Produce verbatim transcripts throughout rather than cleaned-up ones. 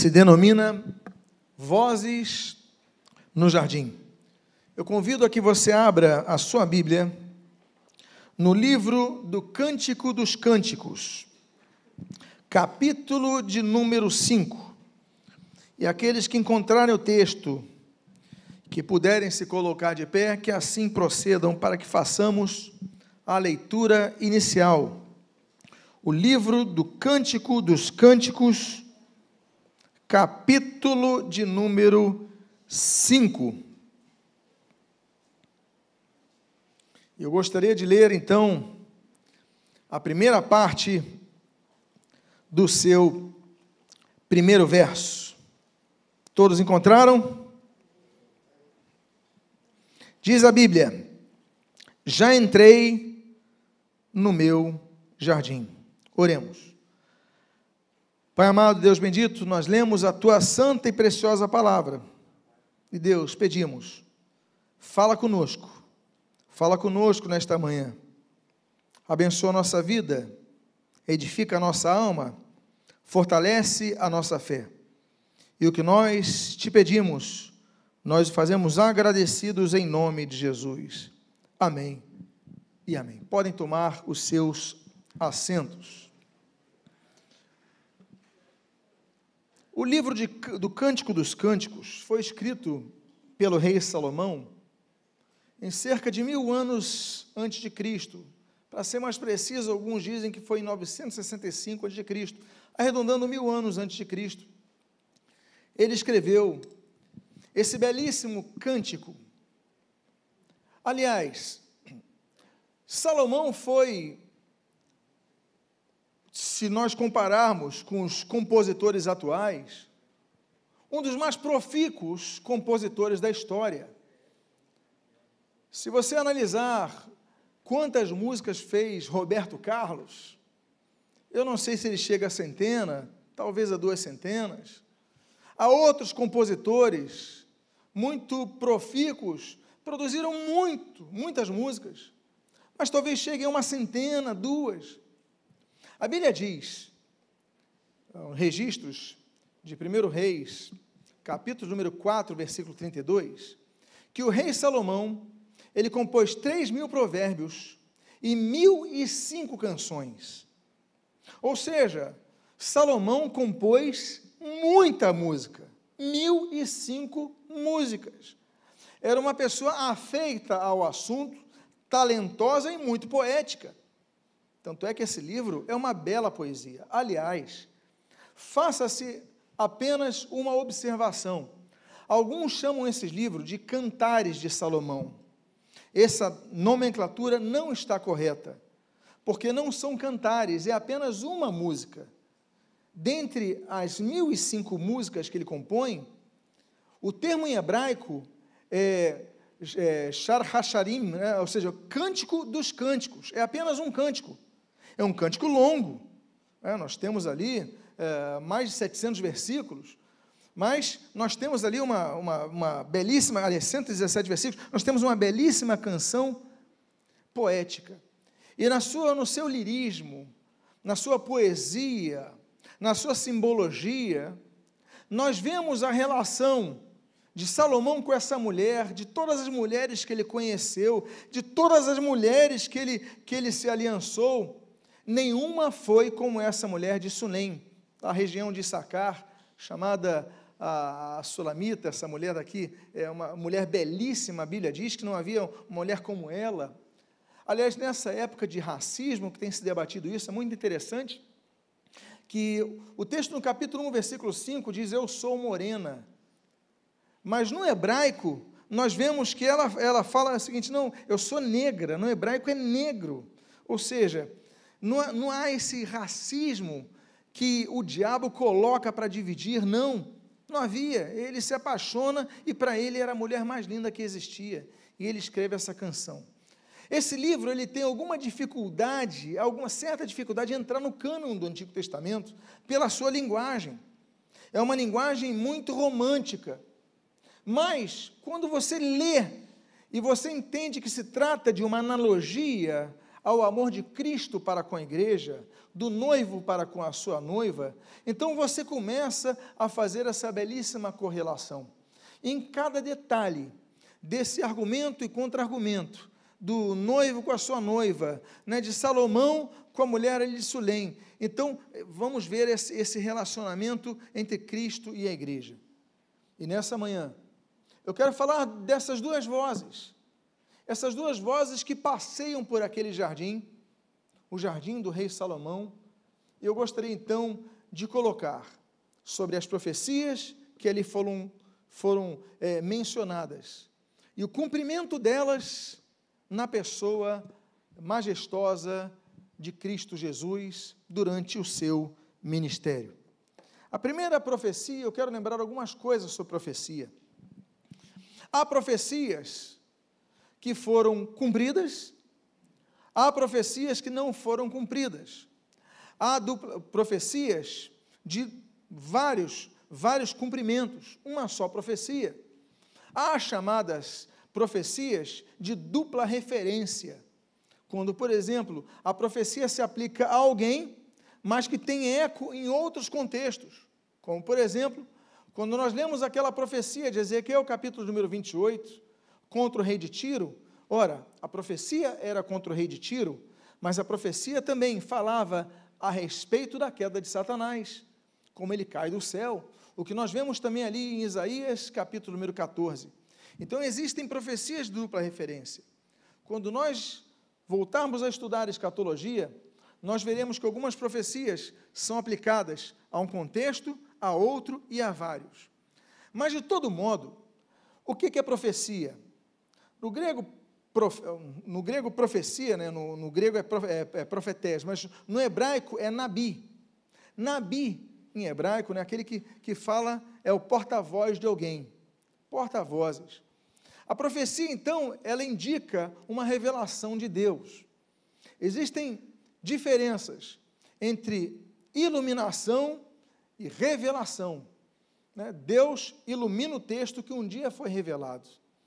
se denomina Vozes no Jardim. Eu convido a que você abra a sua Bíblia no livro do Cântico dos Cânticos, capítulo de número cinco. E aqueles que encontrarem o texto, que puderem se colocar de pé, que assim procedam para que façamos a leitura inicial. O livro do Cântico dos Cânticos, capítulo de número cinco. Eu gostaria de ler, então, a primeira parte do seu primeiro verso. Todos encontraram? Diz a Bíblia: já entrei no meu jardim. Oremos. Pai amado, Deus bendito, nós lemos a Tua santa e preciosa palavra. E Deus, pedimos, fala conosco. Fala conosco nesta manhã. Abençoa a nossa vida, edifica a nossa alma, fortalece a nossa fé. E o que nós te pedimos, nós fazemos agradecidos em nome de Jesus. Amém e amém. Podem tomar os seus assentos. O livro de, do Cântico dos Cânticos foi escrito pelo rei Salomão em cerca de mil anos antes de Cristo. Para ser mais preciso, alguns dizem que foi em novecentos e sessenta e cinco antes de Cristo, arredondando mil anos antes de Cristo. Ele escreveu esse belíssimo cântico. Aliás, Salomão foi, se nós compararmos com os compositores atuais, um dos mais profícuos compositores da história. Se você analisar quantas músicas fez Roberto Carlos, eu não sei se ele chega a centena, talvez a duas centenas. Há outros compositores muito profícuos, produziram muito, muitas músicas, mas talvez cheguem a uma centena, duas. A Bíblia diz, registros de primeiro Reis, capítulo número quatro, versículo trinta e dois, que o rei Salomão, ele compôs três mil provérbios e mil e cinco canções. Ou seja, Salomão compôs muita música, mil e cinco músicas. Era uma pessoa afeita ao assunto, talentosa e muito poética. Tanto é que esse livro é uma bela poesia. Aliás, faça-se apenas uma observação. Alguns chamam esses livros de Cantares de Salomão. Essa nomenclatura não está correta, porque não são cantares, é apenas uma música. Dentre as mil e cinco músicas que ele compõe, o termo em hebraico é, é Shar Hasharim, né? Ou seja, Cântico dos Cânticos, é apenas um cântico, é um cântico longo, né? Nós temos ali é, mais de setecentos versículos, mas nós temos ali uma, uma, uma belíssima, aliás, cento e dezessete versículos, nós temos uma belíssima canção poética, e na sua, no seu lirismo, na sua poesia, na sua simbologia, nós vemos a relação de Salomão com essa mulher, de todas as mulheres que ele conheceu, de todas as mulheres que ele, que ele se aliançou, nenhuma foi como essa mulher de Sunem, da região de Issacar, chamada a, a Sulamita. Essa mulher daqui é uma mulher belíssima, a Bíblia diz que não havia uma mulher como ela. Aliás, nessa época de racismo, que tem se debatido isso, é muito interessante, que o texto no capítulo um, versículo cinco, diz, eu sou morena, mas no hebraico, nós vemos que ela, ela fala o seguinte, não, eu sou negra, no hebraico é negro, ou seja, não, não há esse racismo que o diabo coloca para dividir, não, não havia, ele se apaixona e para ele era a mulher mais linda que existia, e ele escreve essa canção. Esse livro, ele tem alguma dificuldade, alguma certa dificuldade de entrar no cânon do Antigo Testamento, pela sua linguagem. É uma linguagem muito romântica. Mas, quando você lê, e você entende que se trata de uma analogia ao amor de Cristo para com a igreja, do noivo para com a sua noiva, então você começa a fazer essa belíssima correlação. Em cada detalhe desse argumento e contra-argumento, do noivo com a sua noiva, né, de Salomão com a mulher de Sulém. Então, vamos ver esse, esse relacionamento entre Cristo e a igreja. E nessa manhã, eu quero falar dessas duas vozes, essas duas vozes que passeiam por aquele jardim, o jardim do rei Salomão. E eu gostaria então de colocar sobre as profecias que ali foram, foram é, mencionadas, e o cumprimento delas na pessoa majestosa de Cristo Jesus durante o seu ministério. A primeira profecia, eu quero lembrar algumas coisas sobre profecia. Há profecias que foram cumpridas, há profecias que não foram cumpridas. Há dupla, profecias de vários, vários cumprimentos, uma só profecia. Há chamadas profecias de dupla referência, quando, por exemplo, a profecia se aplica a alguém, mas que tem eco em outros contextos, como, por exemplo, quando nós lemos aquela profecia de Ezequiel, capítulo número vinte e oito, contra o rei de Tiro. Ora, a profecia era contra o rei de Tiro, mas a profecia também falava a respeito da queda de Satanás, como ele cai do céu, o que nós vemos também ali em Isaías, capítulo número quatorze. Então, existem profecias de dupla referência. Quando nós voltarmos a estudar escatologia, nós veremos que algumas profecias são aplicadas a um contexto, a outro e a vários. Mas, de todo modo, o que é profecia? No grego, prof, no grego profecia, né, no, no grego é, prof, é, é profetés, mas no hebraico é nabi. Nabi, em hebraico, né, aquele que, que fala, é o porta-voz de alguém. Porta-vozes. A profecia, então, ela indica uma revelação de Deus. Existem diferenças entre iluminação e revelação. Né? Deus ilumina o texto que um dia foi revelado.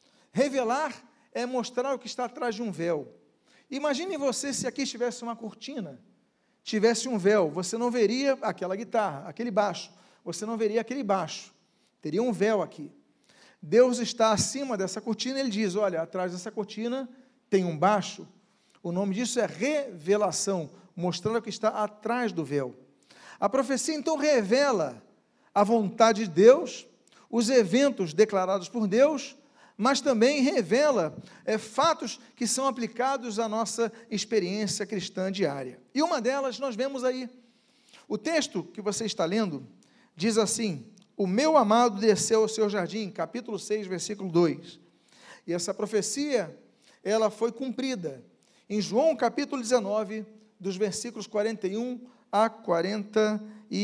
Revelar é mostrar o que está atrás de um véu. Imagine você se aqui tivesse uma cortina, tivesse um véu, você não veria aquela guitarra, aquele baixo, você não veria aquele baixo, teria um véu aqui. Deus está acima dessa cortina, ele diz, olha, atrás dessa cortina tem um baixo. O nome disso é revelação, mostrando o que está atrás do véu. A profecia, então, revela a vontade de Deus, os eventos declarados por Deus, mas também revela é, fatos que são aplicados à nossa experiência cristã diária. E uma delas nós vemos aí. O texto que você está lendo diz assim, o meu amado desceu ao seu jardim, capítulo seis, versículo dois. E essa profecia, ela foi cumprida em João, capítulo dezenove, dos versículos quarenta e um a quarenta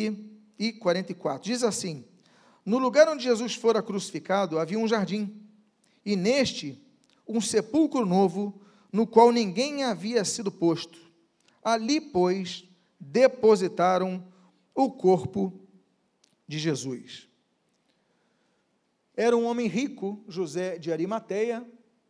e quarenta e quatro. Diz assim, no lugar onde Jesus fora crucificado, havia um jardim, e neste, um sepulcro novo, no qual ninguém havia sido posto. Ali, pois, depositaram o corpo de Jesus. Era um homem rico, José de Arimateia.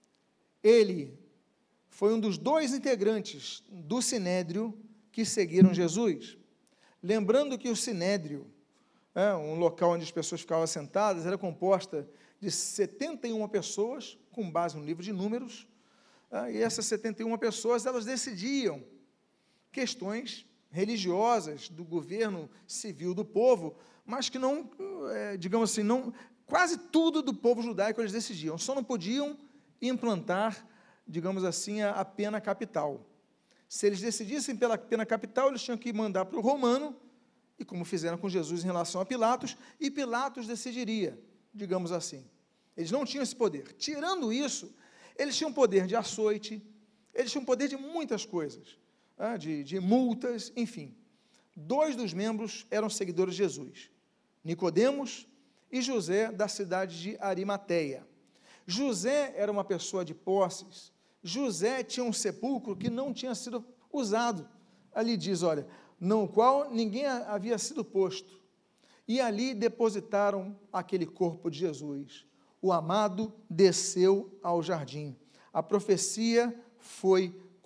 Ele foi um dos dois integrantes do Sinédrio que seguiram Jesus. Lembrando que o Sinédrio, é, um local onde as pessoas ficavam sentadas, era composta de setenta e uma pessoas, com base no livro de Números, é, e essas setenta e uma pessoas, elas decidiam questões religiosas do governo civil do povo, mas que não, é, digamos assim, não, quase tudo do povo judaico eles decidiam, só não podiam implantar, digamos assim, a, a pena capital. Se eles decidissem pela pena capital, eles tinham que mandar para o romano, e como fizeram com Jesus em relação a Pilatos, e Pilatos decidiria, digamos assim. Eles não tinham esse poder. Tirando isso, eles tinham poder de açoite, eles tinham poder de muitas coisas, ah, de, de multas, enfim. Dois dos membros eram seguidores de Jesus, Nicodemos e José, da cidade de Arimateia. José era uma pessoa de posses. José tinha um sepulcro que não tinha sido usado. Ali diz, olha, no qual ninguém havia sido posto. E ali depositaram aquele corpo de Jesus. O amado desceu ao jardim. A profecia foi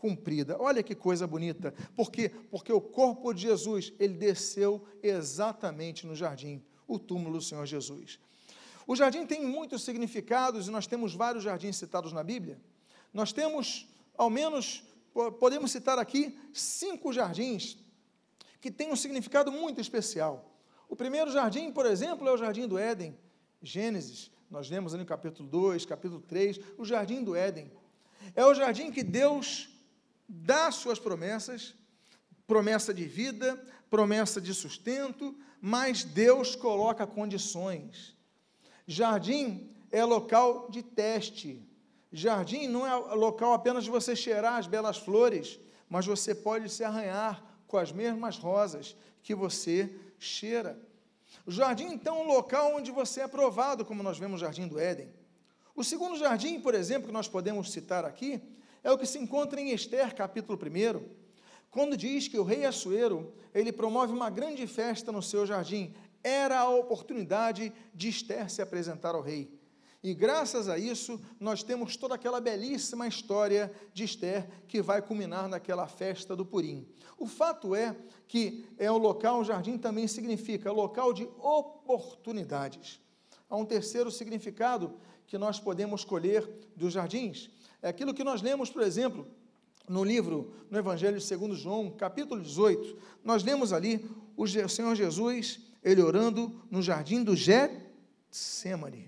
cumprida. Olha que coisa bonita. Por quê? Porque o corpo de Jesus, ele desceu exatamente no jardim, o túmulo do Senhor Jesus. O jardim tem muitos significados, e nós temos vários jardins citados na Bíblia. Nós temos, ao menos, podemos citar aqui, cinco jardins que têm um significado muito especial. O primeiro jardim, por exemplo, é o Jardim do Éden, Gênesis, nós lemos ali no capítulo dois, capítulo três, o Jardim do Éden. É o jardim que Deus dá suas promessas, promessa de vida, promessa de sustento, mas Deus coloca condições. Jardim é local de teste. Jardim não é local apenas de você cheirar as belas flores, mas você pode se arranhar com as mesmas rosas que você cheira. O jardim, então, é um local onde você é provado, como nós vemos no Jardim do Éden. O segundo jardim, por exemplo, que nós podemos citar aqui, é o que se encontra em Ester, capítulo um, quando diz que o rei Assuero, ele promove uma grande festa no seu jardim. Era a oportunidade de Ester se apresentar ao rei. E graças a isso, nós temos toda aquela belíssima história de Ester, que vai culminar naquela festa do Purim. O fato é que é o local, o jardim também significa local de oportunidades. Há um terceiro significado que nós podemos colher dos jardins. É aquilo que nós lemos, por exemplo, no livro, no Evangelho segundo João, capítulo dezoito, nós lemos ali o Senhor Jesus, ele orando no jardim do Getsêmani,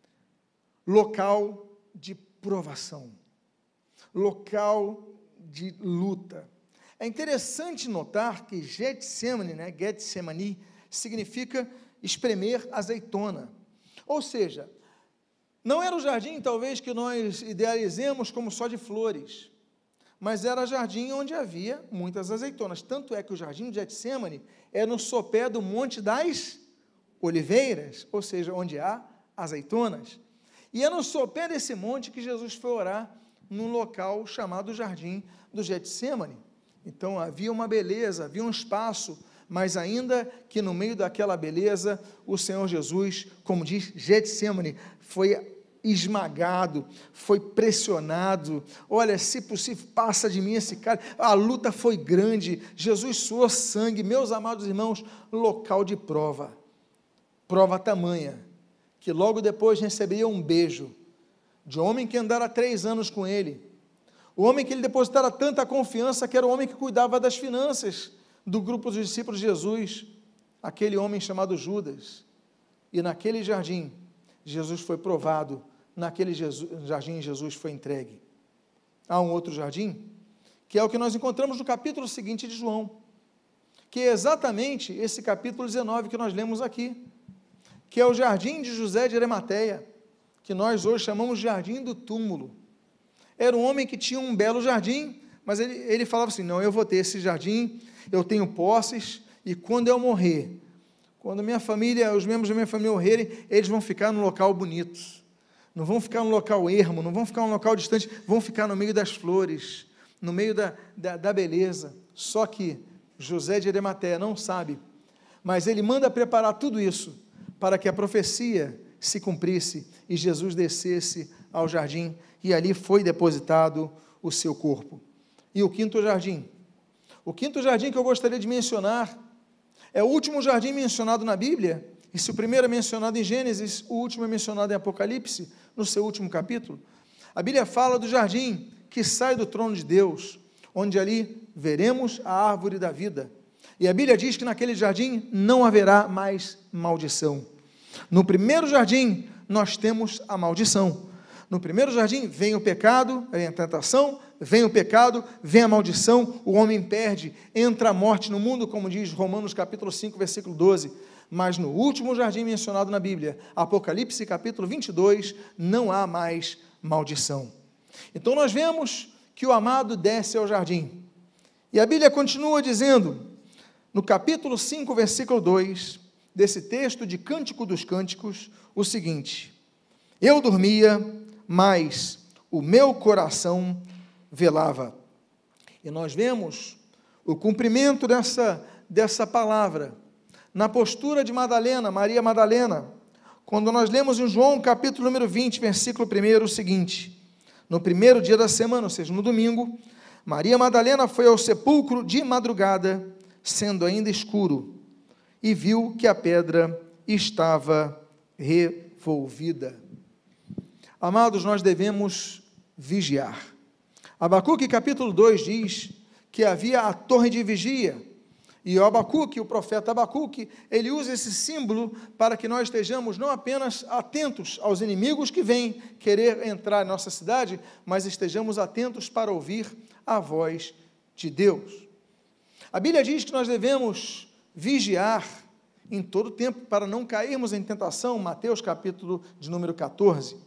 local de provação, local de luta. É interessante notar que Getsêmani, né, Getsemani, significa espremer azeitona, ou seja, não era o jardim, talvez, que nós idealizemos como só de flores, mas era jardim onde havia muitas azeitonas. Tanto é que o jardim de Getsemane é no sopé do Monte das Oliveiras, ou seja, onde há azeitonas. E é no sopé desse monte que Jesus foi orar, num local chamado Jardim do Getsemane. Então havia uma beleza, havia um espaço, mas ainda que no meio daquela beleza, o Senhor Jesus, como diz Getsemane, foi esmagado, foi pressionado. Olha, se possível, passa de mim esse cara. A luta foi grande, Jesus suou sangue. Meus amados irmãos, local de prova, prova tamanha, que logo depois receberia um beijo de um homem que andara três anos com ele, o homem que ele depositara tanta confiança, que era o homem que cuidava das finanças do grupo dos discípulos de Jesus, aquele homem chamado Judas. E naquele jardim, Jesus foi provado, naquele Jesus, jardim Jesus foi entregue. Há um outro jardim, que é o que nós encontramos no capítulo seguinte de João, que é exatamente esse capítulo dezenove que nós lemos aqui, que é o jardim de José de Arimateia, que nós hoje chamamos de jardim do túmulo. Era um homem que tinha um belo jardim, mas ele, ele falava assim, não, eu vou ter esse jardim, eu tenho posses, e quando eu morrer, quando minha família, os membros da minha família morrerem, eles vão ficar num local bonito, não vão ficar num local ermo, não vão ficar num local distante, vão ficar no meio das flores, no meio da, da, da beleza. Só que José de Arimateia não sabe, mas ele manda preparar tudo isso, para que a profecia se cumprisse, e Jesus descesse ao jardim, e ali foi depositado o seu corpo. E o quinto jardim, o quinto jardim que eu gostaria de mencionar, é o último jardim mencionado na Bíblia, e se o primeiro é mencionado em Gênesis, o último é mencionado em Apocalipse, no seu último capítulo. A Bíblia fala do jardim que sai do trono de Deus, onde ali veremos a árvore da vida. E a Bíblia diz que naquele jardim não haverá mais maldição. No primeiro jardim, nós temos a maldição. No primeiro jardim, vem o pecado, vem a tentação, vem o pecado, vem a maldição, o homem perde, entra a morte no mundo, como diz Romanos capítulo cinco, versículo doze. Mas no último jardim mencionado na Bíblia, Apocalipse capítulo vinte e dois, não há mais maldição. Então nós vemos que o amado desce ao jardim. E a Bíblia continua dizendo, no capítulo cinco, versículo dois, desse texto de Cântico dos Cânticos, o seguinte: eu dormia, mas o meu coração velava. E nós vemos o cumprimento dessa, dessa palavra na postura de Madalena, Maria Madalena, quando nós lemos em João capítulo número vinte, versículo um, o seguinte: no primeiro dia da semana, ou seja, no domingo, Maria Madalena foi ao sepulcro de madrugada, sendo ainda escuro, e viu que a pedra estava revolvida. Amados, nós devemos vigiar. Abacuque capítulo dois diz que havia a torre de vigia, e o Abacuque, o profeta Abacuque, ele usa esse símbolo para que nós estejamos não apenas atentos aos inimigos que vêm querer entrar em nossa cidade, mas estejamos atentos para ouvir a voz de Deus. A Bíblia diz que nós devemos vigiar em todo tempo para não cairmos em tentação, Mateus capítulo de número catorze.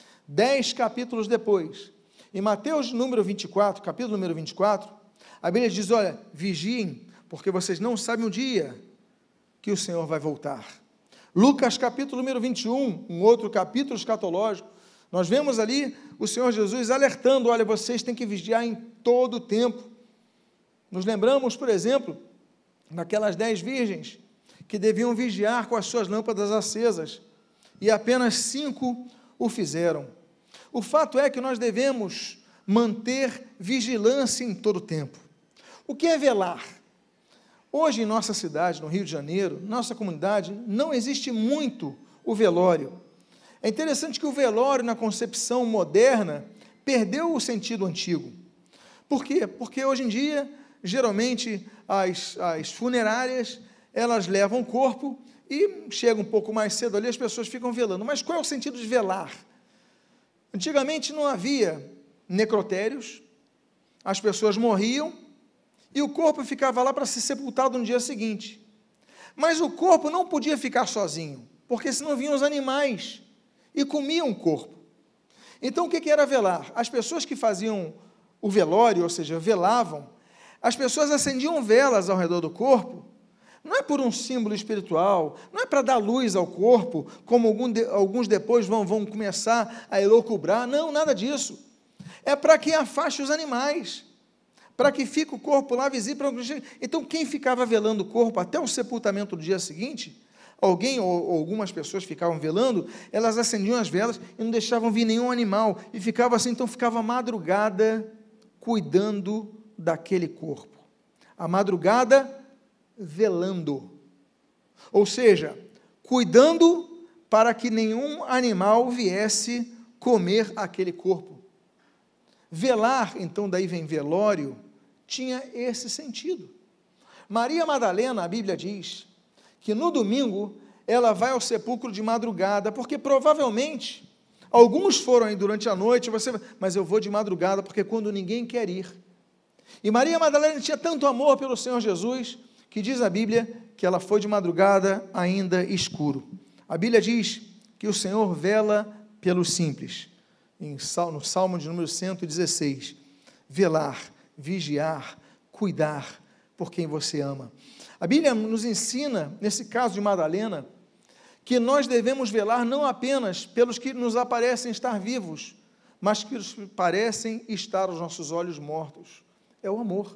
Dez capítulos depois, em Mateus número vinte e quatro, capítulo número vinte e quatro, a Bíblia diz, olha, vigiem, porque vocês não sabem o dia que o Senhor vai voltar. Lucas capítulo número vinte e um, um outro capítulo escatológico, nós vemos ali o Senhor Jesus alertando, olha, vocês têm que vigiar em todo o tempo. Nos lembramos, por exemplo, daquelas dez virgens, que deviam vigiar com as suas lâmpadas acesas, e apenas cinco o fizeram. O fato é que nós devemos manter vigilância em todo o tempo. O que é velar? Hoje, em nossa cidade, no Rio de Janeiro, nossa comunidade, não existe muito o velório. É interessante que o velório, na concepção moderna, perdeu o sentido antigo. Por quê? Porque hoje em dia, geralmente, as, as funerárias, elas levam o corpo e chega um pouco mais cedo ali, as pessoas ficam velando. Mas qual é o sentido de velar? Antigamente não havia necrotérios, as pessoas morriam, e o corpo ficava lá para ser sepultado no dia seguinte. Mas o corpo não podia ficar sozinho, porque senão vinham os animais e comiam o corpo. Então o que era velar? As pessoas que faziam o velório, ou seja, velavam, as pessoas acendiam velas ao redor do corpo, não é por um símbolo espiritual, não é para dar luz ao corpo, como alguns depois vão, vão começar a elocubrar, não, nada disso. É para que afaste os animais, para que fique o corpo lá visível. Então, quem ficava velando o corpo até o sepultamento do dia seguinte, alguém ou, ou algumas pessoas ficavam velando, elas acendiam as velas e não deixavam vir nenhum animal, e ficava assim, então ficava a madrugada cuidando daquele corpo. A madrugada velando, ou seja, cuidando para que nenhum animal viesse comer aquele corpo. Velar, então daí vem velório, tinha esse sentido. Maria Madalena, a Bíblia diz, que no domingo ela vai ao sepulcro de madrugada, porque provavelmente, alguns foram aí durante a noite, você, mas eu vou de madrugada, porque quando ninguém quer ir. E Maria Madalena tinha tanto amor pelo Senhor Jesus, que diz a Bíblia, que ela foi de madrugada ainda escuro. A Bíblia diz que o Senhor vela pelos simples, no Salmo de número cento e dezesseis, velar, vigiar, cuidar por quem você ama. A Bíblia nos ensina, nesse caso de Madalena, que nós devemos velar não apenas pelos que nos aparecem estar vivos, mas que nos parecem estar aos nossos olhos mortos. É o amor.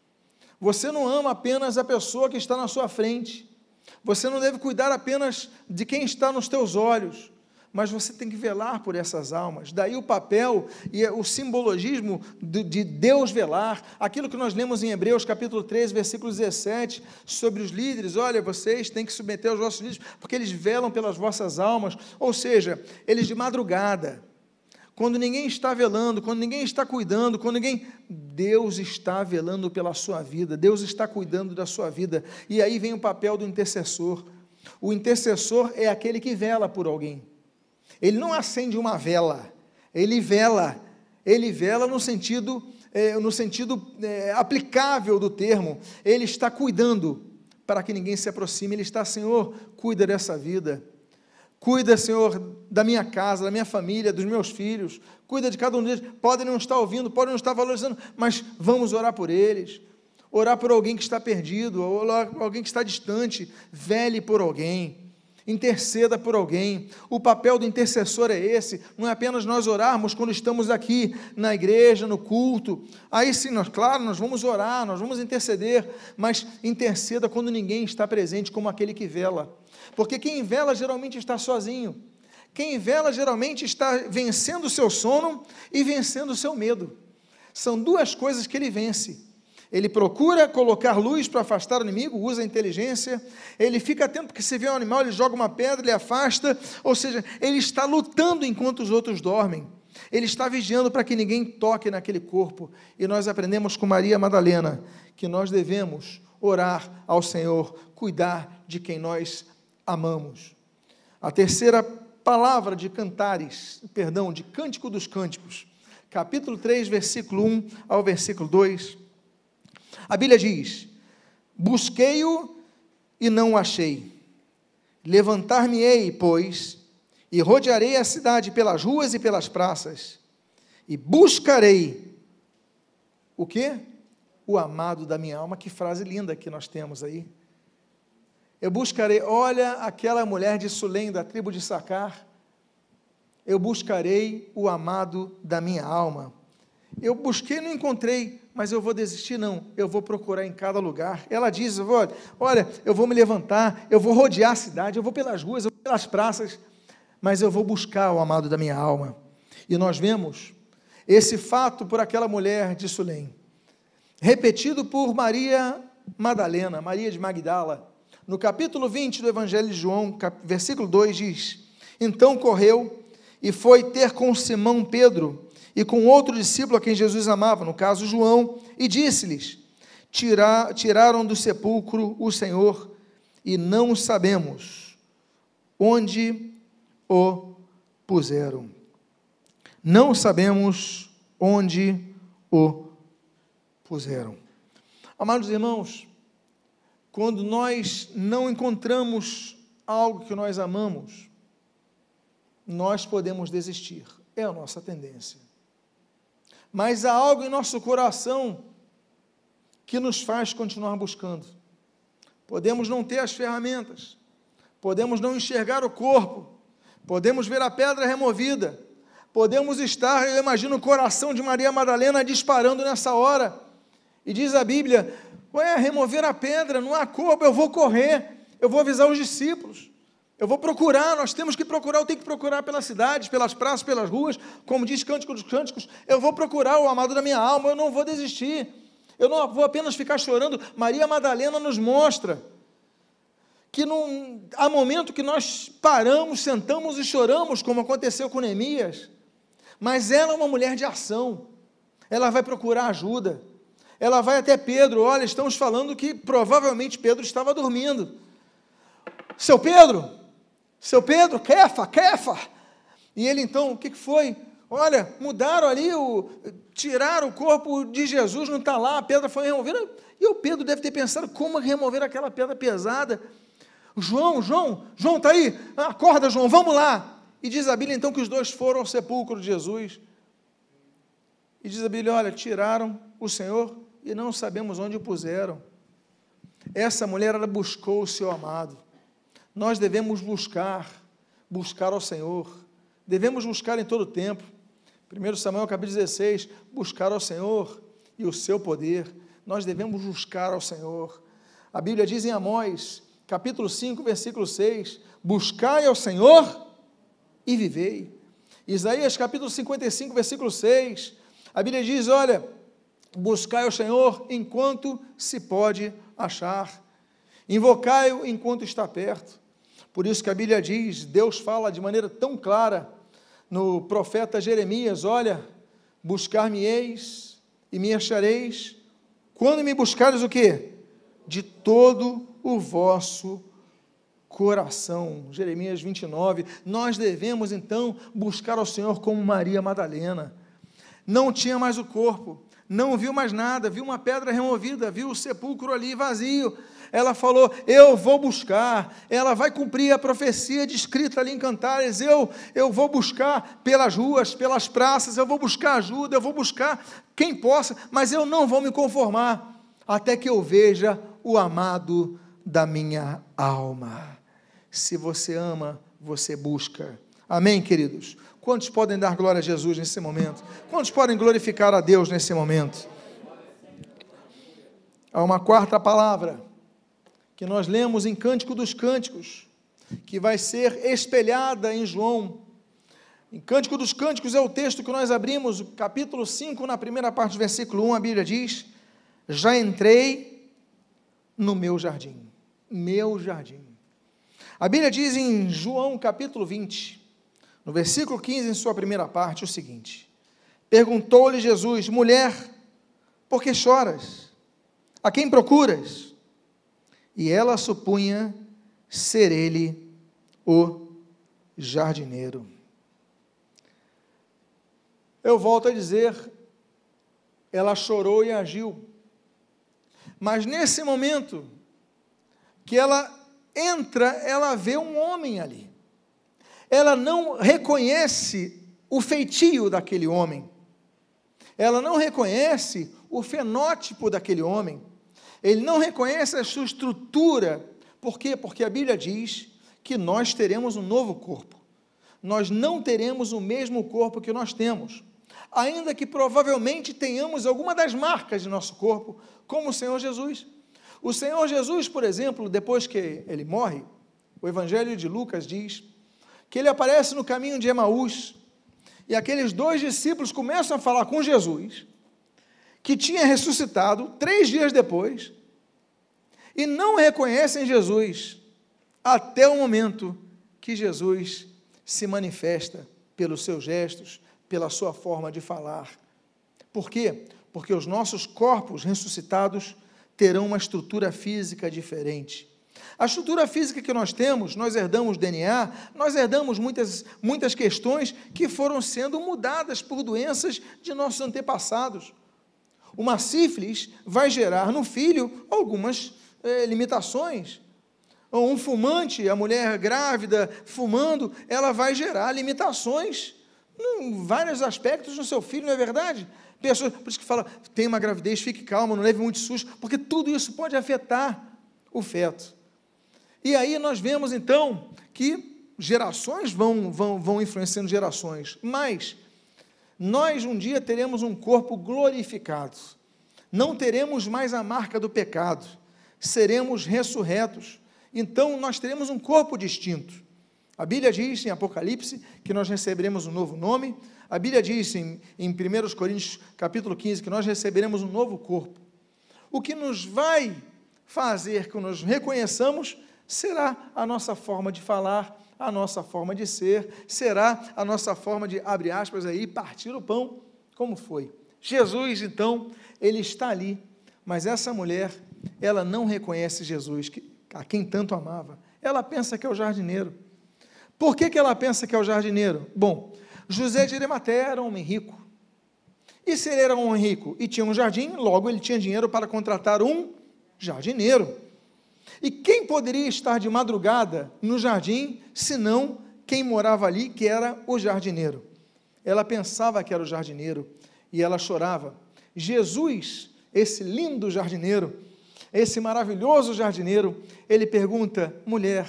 Você não ama apenas a pessoa que está na sua frente, você não deve cuidar apenas de quem está nos teus olhos, mas você tem que velar por essas almas. Daí o papel e o simbologismo de Deus velar, aquilo que nós lemos em Hebreus capítulo treze, versículo dezessete, sobre os líderes, olha, vocês têm que submeter aos vossos líderes, porque eles velam pelas vossas almas, ou seja, eles de madrugada, quando ninguém está velando, quando ninguém está cuidando, quando ninguém, Deus está velando pela sua vida, Deus está cuidando da sua vida, e aí vem o papel do intercessor. O intercessor é aquele que vela por alguém. Ele não acende uma vela, ele vela, ele vela no sentido, é, no sentido é, aplicável do termo, ele está cuidando para que ninguém se aproxime, ele está, Senhor, cuida dessa vida, cuida, Senhor, da minha casa, da minha família, dos meus filhos, cuida de cada um deles, podem não estar ouvindo, podem não estar valorizando, mas vamos orar por eles, orar por alguém que está perdido, orar por alguém que está distante, vele por alguém, interceda por alguém. O papel do intercessor é esse, não é apenas nós orarmos quando estamos aqui na igreja, no culto, aí sim, nós, claro, nós vamos orar, nós vamos interceder, mas interceda quando ninguém está presente, como aquele que vela, porque quem vela geralmente está sozinho, quem vela geralmente está vencendo o seu sono e vencendo o seu medo. São duas coisas que ele vence. Ele procura colocar luz para afastar o inimigo, usa a inteligência, ele fica atento, porque se vê um animal, ele joga uma pedra, ele afasta, ou seja, ele está lutando enquanto os outros dormem, ele está vigiando para que ninguém toque naquele corpo, e nós aprendemos com Maria Madalena, que nós devemos orar ao Senhor, cuidar de quem nós amamos. A terceira palavra de Cantares, perdão, de Cântico dos Cânticos, capítulo três, versículo um ao versículo dois, a Bíblia diz: busquei-o e não o achei, levantar-me-ei, pois, e rodearei a cidade pelas ruas e pelas praças, e buscarei, o quê? O amado da minha alma. Que frase linda que nós temos aí. Eu buscarei, olha aquela mulher de Sulém, da tribo de Sacar, eu buscarei o amado da minha alma. Eu busquei e não encontrei, mas eu vou desistir? Não, eu vou procurar em cada lugar. Ela diz: olha, olha, eu vou me levantar, eu vou rodear a cidade, eu vou pelas ruas, eu vou pelas praças, mas eu vou buscar o amado da minha alma. E nós vemos esse fato por aquela mulher de Sulém, repetido por Maria Madalena, Maria de Magdala, no capítulo vinte do Evangelho de João, versículo dois, diz: então correu e foi ter com Simão Pedro, e com outro discípulo a quem Jesus amava, no caso João, e disse-lhes: Tira, tiraram do sepulcro o Senhor, e não sabemos onde o puseram. Não sabemos onde o puseram. Amados irmãos, quando nós não encontramos algo que nós amamos, nós podemos desistir, é a nossa tendência. Mas há algo em nosso coração que nos faz continuar buscando. Podemos não ter as ferramentas, podemos não enxergar o corpo, podemos ver a pedra removida, podemos estar, eu imagino o coração de Maria Madalena disparando nessa hora, e diz a Bíblia: ué, remover a pedra, não há corpo, eu vou correr, eu vou avisar os discípulos, eu vou procurar, nós temos que procurar, eu tenho que procurar pelas cidades, pelas praças, pelas ruas, como diz Cântico dos Cânticos, eu vou procurar o amado da minha alma, eu não vou desistir, eu não vou apenas ficar chorando. Maria Madalena nos mostra que não, há momento que nós paramos, sentamos e choramos, como aconteceu com Neemias, mas ela é uma mulher de ação, ela vai procurar ajuda, ela vai até Pedro. Olha, estamos falando que provavelmente Pedro estava dormindo. Seu Pedro, seu Pedro, Kefa, Kefa, e ele então, o que foi? Olha, mudaram ali, o, tiraram o corpo de Jesus, não está lá, a pedra foi removida, e o Pedro deve ter pensado: como remover aquela pedra pesada? João, João, João está aí, acorda João, vamos lá. E diz a Bíblia então que os dois foram ao sepulcro de Jesus, e diz a Bíblia: olha, tiraram o Senhor e não sabemos onde o puseram. Essa mulher, ela buscou o seu amado. Nós devemos buscar, buscar ao Senhor, devemos buscar em todo o tempo. primeiro Samuel capítulo dezesseis, buscar ao Senhor e o seu poder, nós devemos buscar ao Senhor. A Bíblia diz em Amós, capítulo cinco, versículo seis, buscai ao Senhor e vivei. Isaías capítulo cinquenta e cinco, versículo seis, a Bíblia diz: olha, buscai ao Senhor enquanto se pode achar, invocai-o enquanto está perto. Por isso que a Bíblia diz, Deus fala de maneira tão clara no profeta Jeremias: olha, buscar-me-eis e me achareis, quando me buscares o quê? De todo o vosso coração. Jeremias vinte e nove. Nós devemos então buscar ao Senhor como Maria Madalena. Não tinha mais o corpo, não viu mais nada, viu uma pedra removida, viu o sepulcro ali vazio. Ela falou: eu vou buscar, ela vai cumprir a profecia descrita ali em Cantares, eu, eu vou buscar pelas ruas, pelas praças, eu vou buscar ajuda, eu vou buscar quem possa, mas eu não vou me conformar, até que eu veja o amado da minha alma. Se você ama, você busca. Amém, queridos? Quantos podem dar glória a Jesus nesse momento? Quantos podem glorificar a Deus nesse momento? Há uma quarta palavra que nós lemos em Cântico dos Cânticos, que vai ser espelhada em João, Em Cântico dos Cânticos é o texto que nós abrimos, o capítulo cinco, na primeira parte do versículo um, a Bíblia diz: já entrei no meu jardim, meu jardim. A Bíblia diz em João capítulo vinte, no versículo quinze, em sua primeira parte, o seguinte: perguntou-lhe Jesus: mulher, por que choras? A quem procuras? E ela supunha ser ele o jardineiro. Eu volto a dizer, ela chorou e agiu, mas nesse momento que ela entra, ela vê um homem ali, ela não reconhece o feitio daquele homem, ela não reconhece o fenótipo daquele homem, ele não reconhece a sua estrutura. Por quê? Porque a Bíblia diz que nós teremos um novo corpo, nós não teremos o mesmo corpo que nós temos, ainda que provavelmente tenhamos alguma das marcas de nosso corpo, como o Senhor Jesus. O Senhor Jesus, por exemplo, depois que ele morre, o Evangelho de Lucas diz que ele aparece no caminho de Emaús, e aqueles dois discípulos começam a falar com Jesus, que tinha ressuscitado três dias depois, e não reconhecem Jesus, até o momento que Jesus se manifesta pelos seus gestos, pela sua forma de falar. Por quê? Porque os nossos corpos ressuscitados terão uma estrutura física diferente. A estrutura física que nós temos, nós herdamos D N A, nós herdamos muitas, muitas questões que foram sendo mudadas por doenças de nossos antepassados. Uma sífilis vai gerar no filho algumas eh, limitações. Ou um fumante, a mulher grávida fumando, ela vai gerar limitações em vários aspectos no seu filho, não é verdade? Pessoas, por isso que fala, tem uma gravidez, fique calmo, não leve muito susto, porque tudo isso pode afetar o feto. E aí nós vemos então que gerações vão, vão, vão influenciando gerações, mas nós um dia teremos um corpo glorificado, não teremos mais a marca do pecado, seremos ressurretos, então nós teremos um corpo distinto. A Bíblia diz em Apocalipse que nós receberemos um novo nome, a Bíblia diz em, em primeira Coríntios capítulo quinze que nós receberemos um novo corpo. O que nos vai fazer que nos reconheçamos será a nossa forma de falar, a nossa forma de ser, será a nossa forma de, abre aspas aí, partir o pão, como foi. Jesus, então, ele está ali, mas essa mulher, ela não reconhece Jesus, que, a quem tanto amava, ela pensa que é o jardineiro. Por que que ela pensa que é o jardineiro? Bom, José de Arimateia era um homem rico, e se ele era um homem rico e tinha um jardim, logo ele tinha dinheiro para contratar um jardineiro. E quem poderia estar de madrugada no jardim, senão quem morava ali, que era o jardineiro? Ela pensava que era o jardineiro, e ela chorava. Jesus, esse lindo jardineiro, esse maravilhoso jardineiro, ele pergunta: mulher,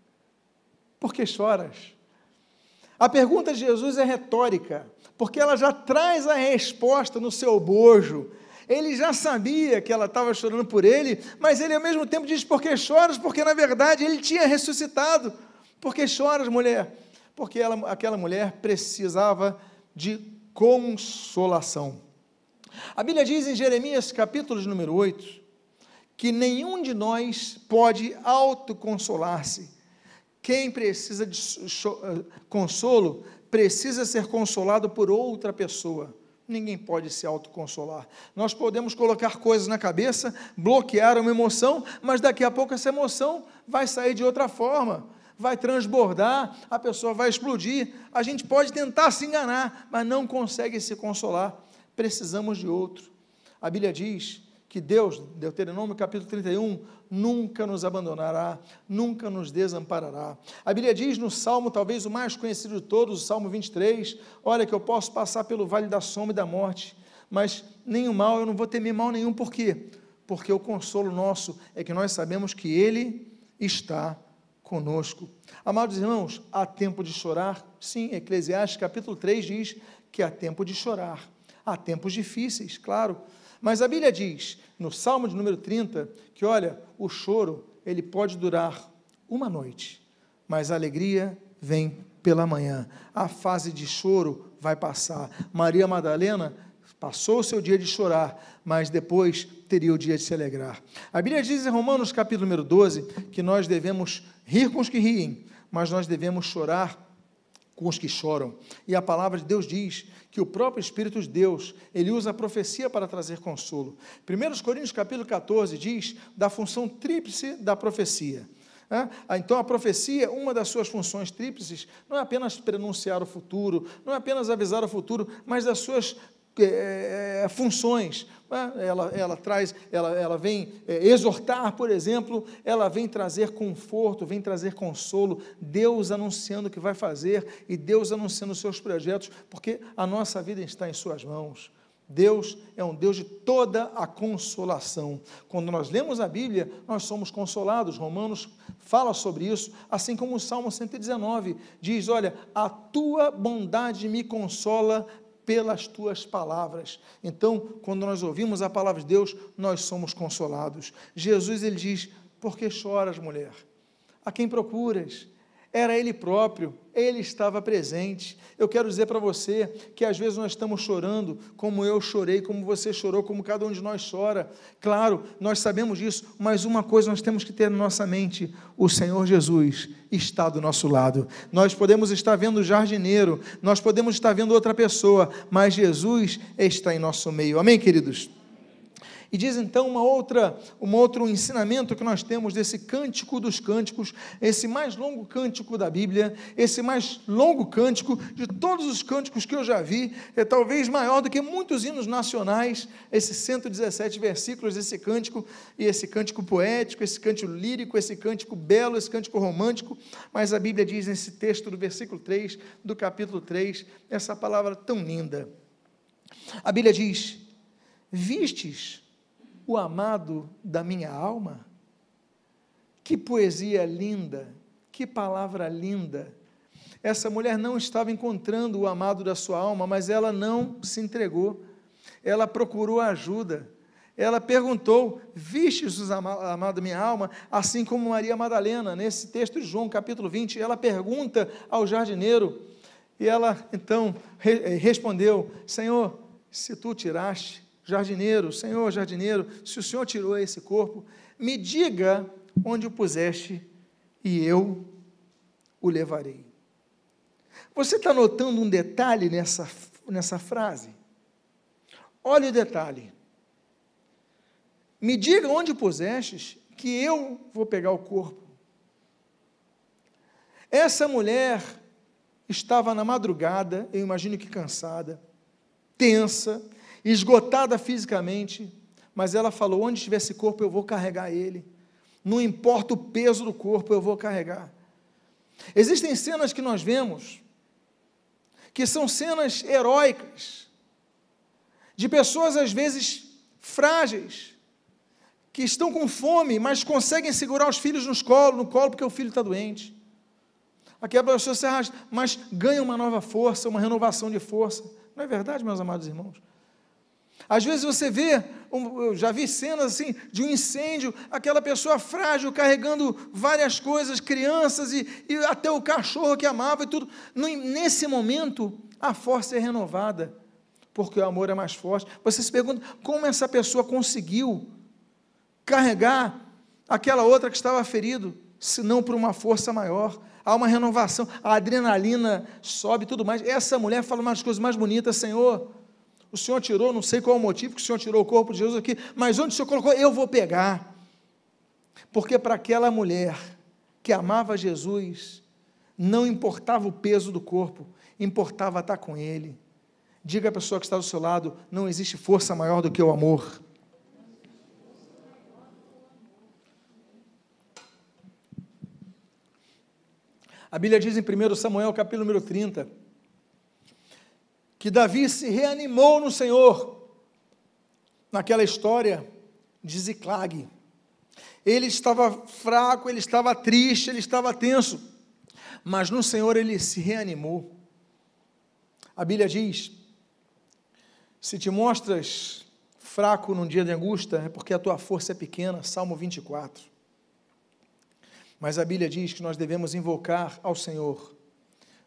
por que choras? A pergunta de Jesus é retórica, porque ela já traz a resposta no seu bojo. Ele já sabia que ela estava chorando por ele, mas ele ao mesmo tempo diz: por que choras? Porque na verdade ele tinha ressuscitado. Por que choras, mulher? Porque ela, aquela mulher precisava de consolação. A Bíblia diz em Jeremias capítulo de número oito, que nenhum de nós pode autoconsolar-se. Quem precisa de consolo, precisa ser consolado por outra pessoa. Ninguém pode se autoconsolar. Nós podemos colocar coisas na cabeça, bloquear uma emoção, mas daqui a pouco essa emoção vai sair de outra forma, vai transbordar, a pessoa vai explodir. A gente pode tentar se enganar, mas não consegue se consolar. Precisamos de outro. A Bíblia diz que Deus, Deuteronômio capítulo trinta e um, nunca nos abandonará, nunca nos desamparará. A Bíblia diz no Salmo, talvez o mais conhecido de todos, o Salmo vinte e três, olha que eu posso passar pelo vale da sombra e da morte, mas nenhum mal, eu não vou temer mal nenhum. Por quê? Porque o consolo nosso é que nós sabemos que Ele está conosco. Amados irmãos, há tempo de chorar? Sim, Eclesiastes capítulo três diz que há tempo de chorar, há tempos difíceis, claro, mas a Bíblia diz, no Salmo de número trinta, que olha, o choro, ele pode durar uma noite, mas a alegria vem pela manhã. A fase de choro vai passar. Maria Madalena passou o seu dia de chorar, mas depois teria o dia de se alegrar. A Bíblia diz em Romanos capítulo número doze, que nós devemos rir com os que riem, mas nós devemos chorar com os que choram. E a palavra de Deus diz que o próprio Espírito de Deus, ele usa a profecia para trazer consolo. primeiro Coríntios capítulo catorze diz da função tríplice da profecia. Então a profecia, uma das suas funções tríplices, não é apenas pronunciar o futuro, não é apenas avisar o futuro, mas das suas é, funções. Ela, ela traz, ela, ela vem é, exortar, por exemplo, ela vem trazer conforto, vem trazer consolo, Deus anunciando o que vai fazer e Deus anunciando os seus projetos, porque a nossa vida está em suas mãos. Deus é um Deus de toda a consolação. Quando nós lemos a Bíblia, nós somos consolados. Romanos fala sobre isso, assim como o Salmo cento e dezenove diz, olha, a tua bondade me consola pelas tuas palavras. Então, quando nós ouvimos a palavra de Deus, nós somos consolados. Jesus, ele diz, por que choras, mulher? A quem procuras? Era Ele próprio, Ele estava presente. Eu quero dizer para você que às vezes nós estamos chorando, como eu chorei, como você chorou, como cada um de nós chora. Claro, nós sabemos disso, mas uma coisa nós temos que ter na nossa mente, o Senhor Jesus está do nosso lado. Nós podemos estar vendo o jardineiro, nós podemos estar vendo outra pessoa, mas Jesus está em nosso meio. Amém, queridos? E diz então uma outra, um outro ensinamento que nós temos desse cântico dos cânticos, esse mais longo cântico da Bíblia, esse mais longo cântico de todos os cânticos que eu já vi, é talvez maior do que muitos hinos nacionais, esses cento e dezessete versículos desse cântico, e esse cântico poético, esse cântico lírico, esse cântico belo, esse cântico romântico, mas a Bíblia diz nesse texto do versículo três, do capítulo três, essa palavra tão linda. A Bíblia diz, vistes o amado da minha alma? Que poesia linda, que palavra linda. Essa mulher não estava encontrando o amado da sua alma, mas ela não se entregou, ela procurou ajuda, ela perguntou, vistes o amado da minha alma? Assim como Maria Madalena, nesse texto de João capítulo vinte, ela pergunta ao jardineiro, e ela então re- respondeu, Senhor, se tu tiraste, jardineiro, Senhor jardineiro, se o Senhor tirou esse corpo, me diga onde o puseste e eu o levarei. Você está notando um detalhe nessa, nessa frase? Olha o detalhe. Me diga onde pusestes que eu vou pegar o corpo. Essa mulher estava na madrugada, eu imagino que cansada, tensa, esgotada fisicamente, mas ela falou, onde estiver esse corpo eu vou carregar ele, não importa o peso do corpo, eu vou carregar. Existem cenas que nós vemos, que são cenas heróicas, de pessoas às vezes frágeis, que estão com fome, mas conseguem segurar os filhos nos colo, no colo porque o filho está doente. Aquela pessoa se arrasta, mas ganha uma nova força, uma renovação de força. Não é verdade, meus amados irmãos? Às vezes você vê, eu já vi cenas assim, de um incêndio, aquela pessoa frágil, carregando várias coisas, crianças, e, e até o cachorro que amava e tudo. Nesse momento, a força é renovada, porque o amor é mais forte. Você se pergunta, como essa pessoa conseguiu carregar aquela outra que estava ferido, se não por uma força maior? Há uma renovação, a adrenalina sobe e tudo mais. Essa mulher fala umas coisas mais bonitas, Senhor, o Senhor tirou, não sei qual é o motivo que o Senhor tirou o corpo de Jesus aqui, mas onde o Senhor colocou, eu vou pegar. Porque para aquela mulher que amava Jesus, não importava o peso do corpo, importava estar com Ele. Diga à pessoa que está do seu lado, não existe força maior do que o amor. A Bíblia diz em primeiro Samuel, capítulo número trinta, que Davi se reanimou no Senhor, naquela história de Ziclag. Ele estava fraco, ele estava triste, ele estava tenso, mas no Senhor ele se reanimou. A Bíblia diz, se te mostras fraco num dia de angústia, é porque a tua força é pequena, Salmo vinte e quatro. Mas a Bíblia diz que nós devemos invocar ao Senhor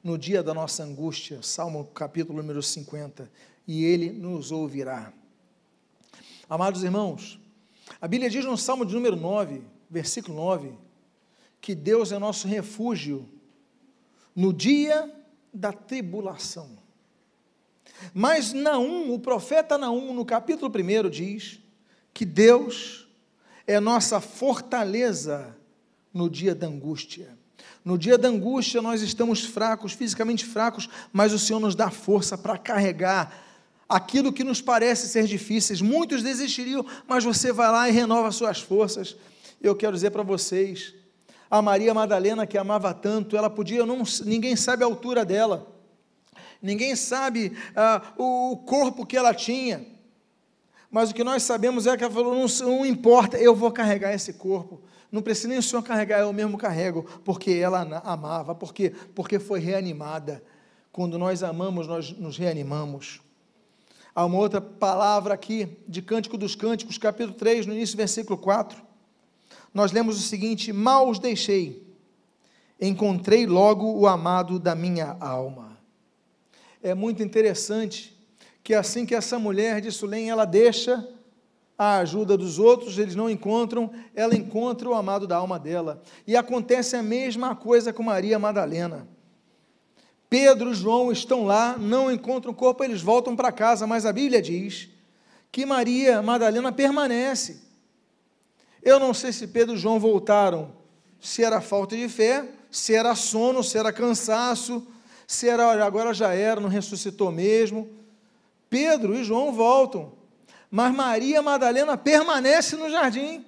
no dia da nossa angústia, Salmo capítulo número cinquenta, e Ele nos ouvirá. Amados irmãos, a Bíblia diz no Salmo de número nove, versículo nove, que Deus é nosso refúgio no dia da tribulação. Mas Naum, o profeta Naum, no capítulo primeiro, diz que Deus é nossa fortaleza no dia da angústia. No dia da angústia nós estamos fracos, fisicamente fracos, mas o Senhor nos dá força para carregar aquilo que nos parece ser difíceis. Muitos desistiriam, mas você vai lá e renova suas forças. Eu quero dizer para vocês, a Maria Madalena, que amava tanto, ela podia, não, ninguém sabe a altura dela, ninguém sabe ah, o corpo que ela tinha, mas o que nós sabemos é que ela falou, não, não importa, eu vou carregar esse corpo, não precisa nem o Senhor carregar, eu mesmo carrego, porque ela amava, porque, porque foi reanimada. Quando nós amamos, nós nos reanimamos. Há uma outra palavra aqui, de Cântico dos Cânticos, capítulo três, no início, versículo quatro, nós lemos o seguinte: mal os deixei, encontrei logo o amado da minha alma. É muito interessante, que assim que essa mulher de Sulém, ela deixa a ajuda dos outros, eles não encontram, ela encontra o amado da alma dela, e acontece a mesma coisa com Maria Madalena. Pedro e João estão lá, não encontram o corpo, eles voltam para casa, mas a Bíblia diz que Maria Madalena permanece. Eu não sei se Pedro e João voltaram, se era falta de fé, se era sono, se era cansaço, se era, olha, agora já era, não ressuscitou mesmo. Pedro e João voltam, mas Maria Madalena permanece no jardim.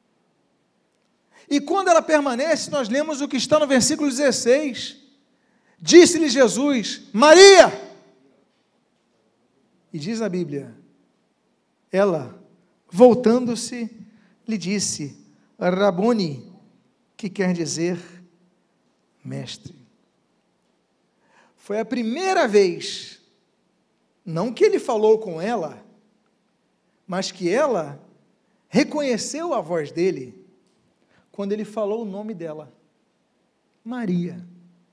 E quando ela permanece, nós lemos o que está no versículo dezesseis, disse-lhe Jesus, Maria! E diz a Bíblia, ela, voltando-se, lhe disse, Raboni, que quer dizer mestre. Foi a primeira vez, não que ele falou com ela, mas que ela reconheceu a voz dele, quando ele falou o nome dela, Maria.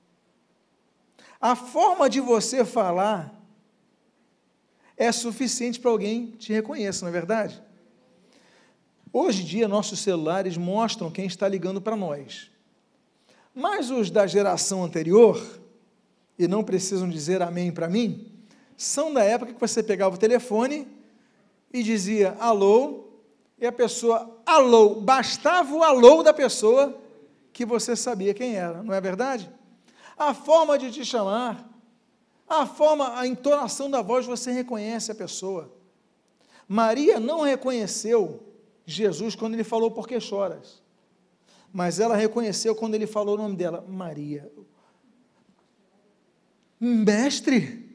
A forma de você falar é suficiente para alguém te reconhecer, não é verdade? Hoje em dia, nossos celulares mostram quem está ligando para nós, mas os da geração anterior, e não precisam dizer amém para mim, são da época que você pegava o telefone e dizia alô, e a pessoa, alô, bastava o alô da pessoa que você sabia quem era, não é verdade? A forma de te chamar, a forma, a entonação da voz, você reconhece a pessoa. Maria não reconheceu Jesus quando ele falou, por que choras? Mas ela reconheceu quando ele falou o nome dela, Maria. Mestre,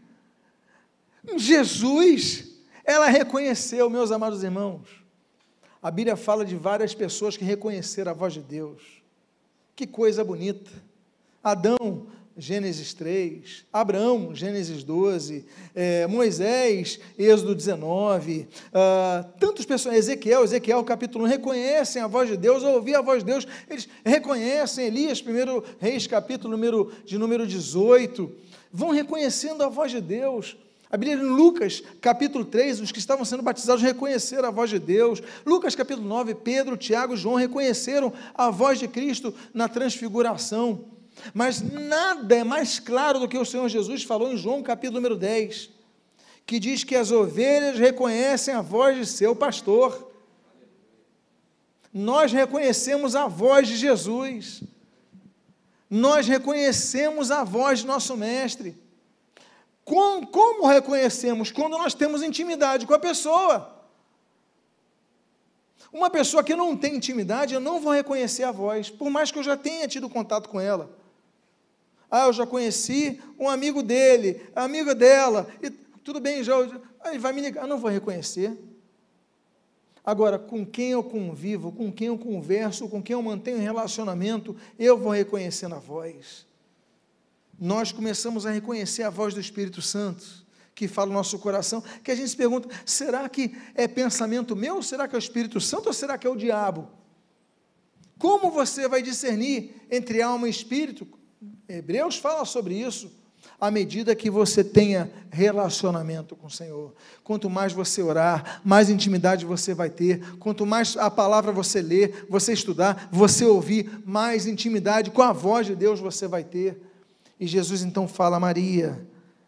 Jesus, ela reconheceu, meus amados irmãos. A Bíblia fala de várias pessoas que reconheceram a voz de Deus. Que coisa bonita. Adão, Gênesis três, Abraão, Gênesis doze, é, Moisés, Êxodo dezenove, ah, tantas pessoas, Ezequiel, Ezequiel capítulo um, reconhecem a voz de Deus, ouvir a voz de Deus, eles reconhecem, Elias, primeiro Reis, capítulo número, de número dezoito, vão reconhecendo a voz de Deus. A Bíblia em Lucas, capítulo três, os que estavam sendo batizados reconheceram a voz de Deus. Lucas, capítulo nove, Pedro, Tiago e João reconheceram a voz de Cristo na transfiguração. Mas nada é mais claro do que o Senhor Jesus falou em João, capítulo número dez, que diz que as ovelhas reconhecem a voz de seu pastor. Nós reconhecemos a voz de Jesus. Nós reconhecemos a voz de nosso mestre. Com, como reconhecemos? Quando nós temos intimidade com a pessoa. Uma pessoa que não tem intimidade, eu não vou reconhecer a voz, por mais que eu já tenha tido contato com ela. Ah, eu já conheci um amigo dele, amiga dela, e tudo bem, já, ele vai me ligar, eu não vou reconhecer. Agora, com quem eu convivo, com quem eu converso, com quem eu mantenho relacionamento, eu vou reconhecendo a voz. Nós começamos a reconhecer a voz do Espírito Santo, que fala no nosso coração, que a gente se pergunta, será que é pensamento meu, ou será que é o Espírito Santo, ou será que é o diabo? Como você vai discernir entre alma e espírito? Hebreus fala sobre isso. À medida que você tenha relacionamento com o Senhor, quanto mais você orar, mais intimidade você vai ter, quanto mais a palavra você ler, você estudar, você ouvir, mais intimidade com a voz de Deus você vai ter. E Jesus então fala a Maria,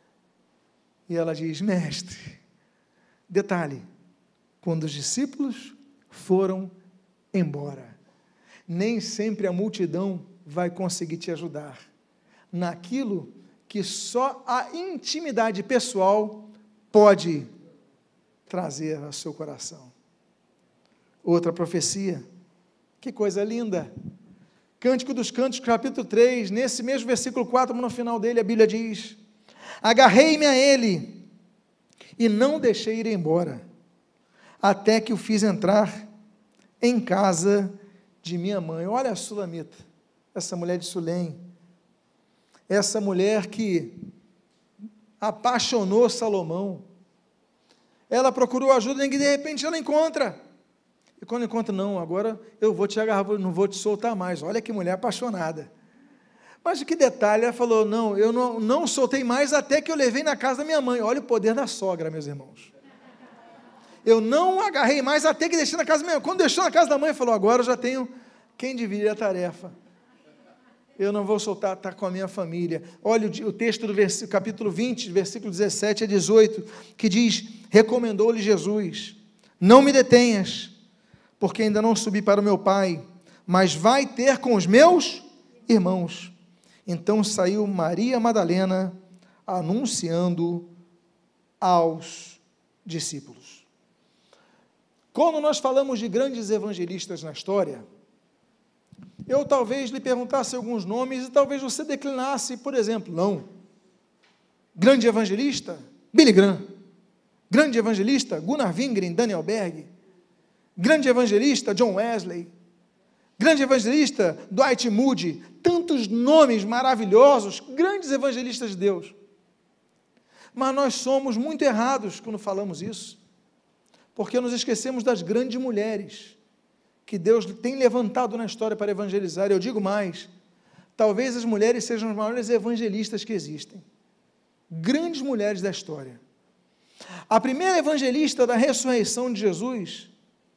e ela diz: mestre, detalhe, quando os discípulos foram embora, nem sempre a multidão vai conseguir te ajudar naquilo que só a intimidade pessoal pode trazer ao seu coração. Outra profecia, que coisa linda, Cântico dos Cânticos, capítulo três, nesse mesmo versículo quatro, no final dele, a Bíblia diz: agarrei-me a ele, e não deixei ir embora, até que o fiz entrar em casa de minha mãe. Olha a Sulamita, essa mulher de Sulém, essa mulher que apaixonou Salomão, ela procurou ajuda, e de repente ela encontra, e quando encontra, não, agora eu vou te agarrar, não vou te soltar mais. Olha que mulher apaixonada. Mas que detalhe, ela falou: não, eu não, não soltei mais até que eu levei na casa da minha mãe. Olha o poder da sogra, meus irmãos. Eu não agarrei mais até que deixei na casa da minha mãe. Quando deixou na casa da mãe, falou: agora eu já tenho quem dividir a tarefa. Eu não vou soltar, está com a minha família. Olha o, o texto do vers, capítulo vinte, versículo dezessete a dezoito, que diz: recomendou-lhe Jesus: não me detenhas, porque ainda não subi para o meu Pai, mas vai ter com os meus irmãos. Então saiu Maria Madalena, anunciando aos discípulos. Quando nós falamos de grandes evangelistas na história, eu talvez lhe perguntasse alguns nomes e talvez você declinasse, por exemplo, não. Grande evangelista, Billy Graham. Grande evangelista, Gunnar Wingren, Daniel Berg. Grande evangelista, John Wesley. Grande evangelista, Dwight Moody. Tantos nomes maravilhosos, grandes evangelistas de Deus. Mas nós somos muito errados quando falamos isso, porque nos esquecemos das grandes mulheres que Deus tem levantado na história para evangelizar. Eu digo mais, talvez as mulheres sejam as maiores evangelistas que existem, grandes mulheres da história. A primeira evangelista da ressurreição de Jesus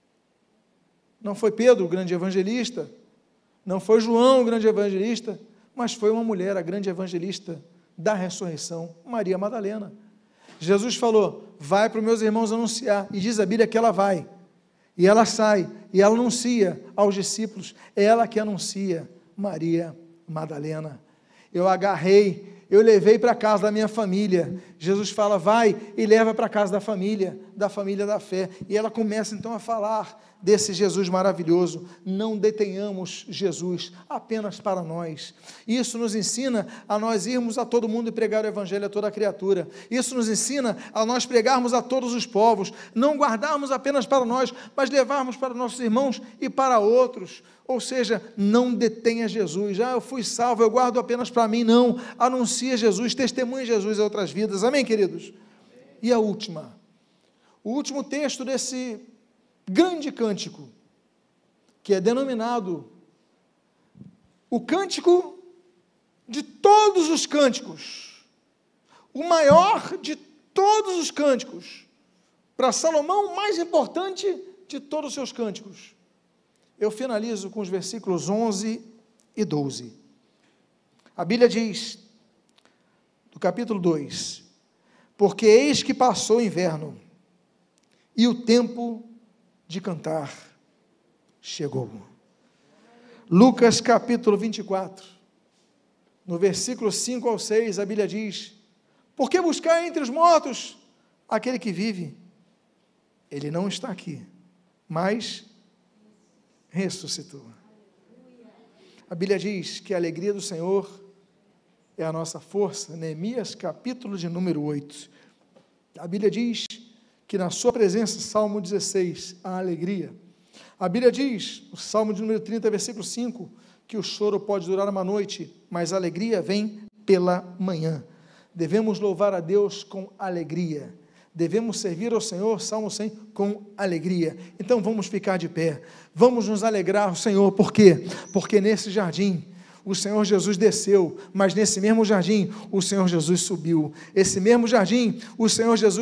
não foi Pedro, o grande evangelista, não foi João, o grande evangelista, mas foi uma mulher, a grande evangelista da ressurreição, Maria Madalena. Jesus falou: vai para os meus irmãos anunciar, e diz a Bíblia que ela vai, e ela sai, e ela anuncia aos discípulos, é ela que anuncia, Maria Madalena. Eu agarrei, eu levei para a casa da minha família. Jesus fala: vai e leva para a casa da família, da família da fé, e ela começa então a falar desse Jesus maravilhoso. Não detenhamos Jesus apenas para nós. Isso nos ensina a nós irmos a todo mundo e pregar o evangelho a toda criatura. Isso nos ensina a nós pregarmos a todos os povos, não guardarmos apenas para nós, mas levarmos para nossos irmãos e para outros. Ou seja, não detenha Jesus. Ah, eu fui salvo, eu guardo apenas para mim. Não, anuncia Jesus, testemunha Jesus a outras vidas. Amém, queridos? Amém. E a última, o último texto desse grande cântico, que é denominado o cântico de todos os cânticos, o maior de todos os cânticos, para Salomão, o mais importante de todos os seus cânticos. Eu finalizo com os versículos onze e doze. A Bíblia diz, do capítulo dois: porque eis que passou o inverno, e o tempo de cantar chegou. Lucas capítulo vinte e quatro, no versículo cinco ao seis, a Bíblia diz: por que buscar entre os mortos aquele que vive? Ele não está aqui, mas ressuscitou. A Bíblia diz que a alegria do Senhor é a nossa força. Neemias capítulo de número oito. A Bíblia diz que na sua presença, Salmo dezesseis, a alegria. A Bíblia diz, o Salmo de número trinta, versículo cinco, que o choro pode durar uma noite, mas a alegria vem pela manhã. Devemos louvar a Deus com alegria. Devemos servir ao Senhor, Salmo cem, com alegria. Então vamos ficar de pé, vamos nos alegrar ao Senhor. Por quê? Porque nesse jardim, o Senhor Jesus desceu, mas nesse mesmo jardim, o Senhor Jesus subiu. Esse mesmo jardim, o Senhor Jesus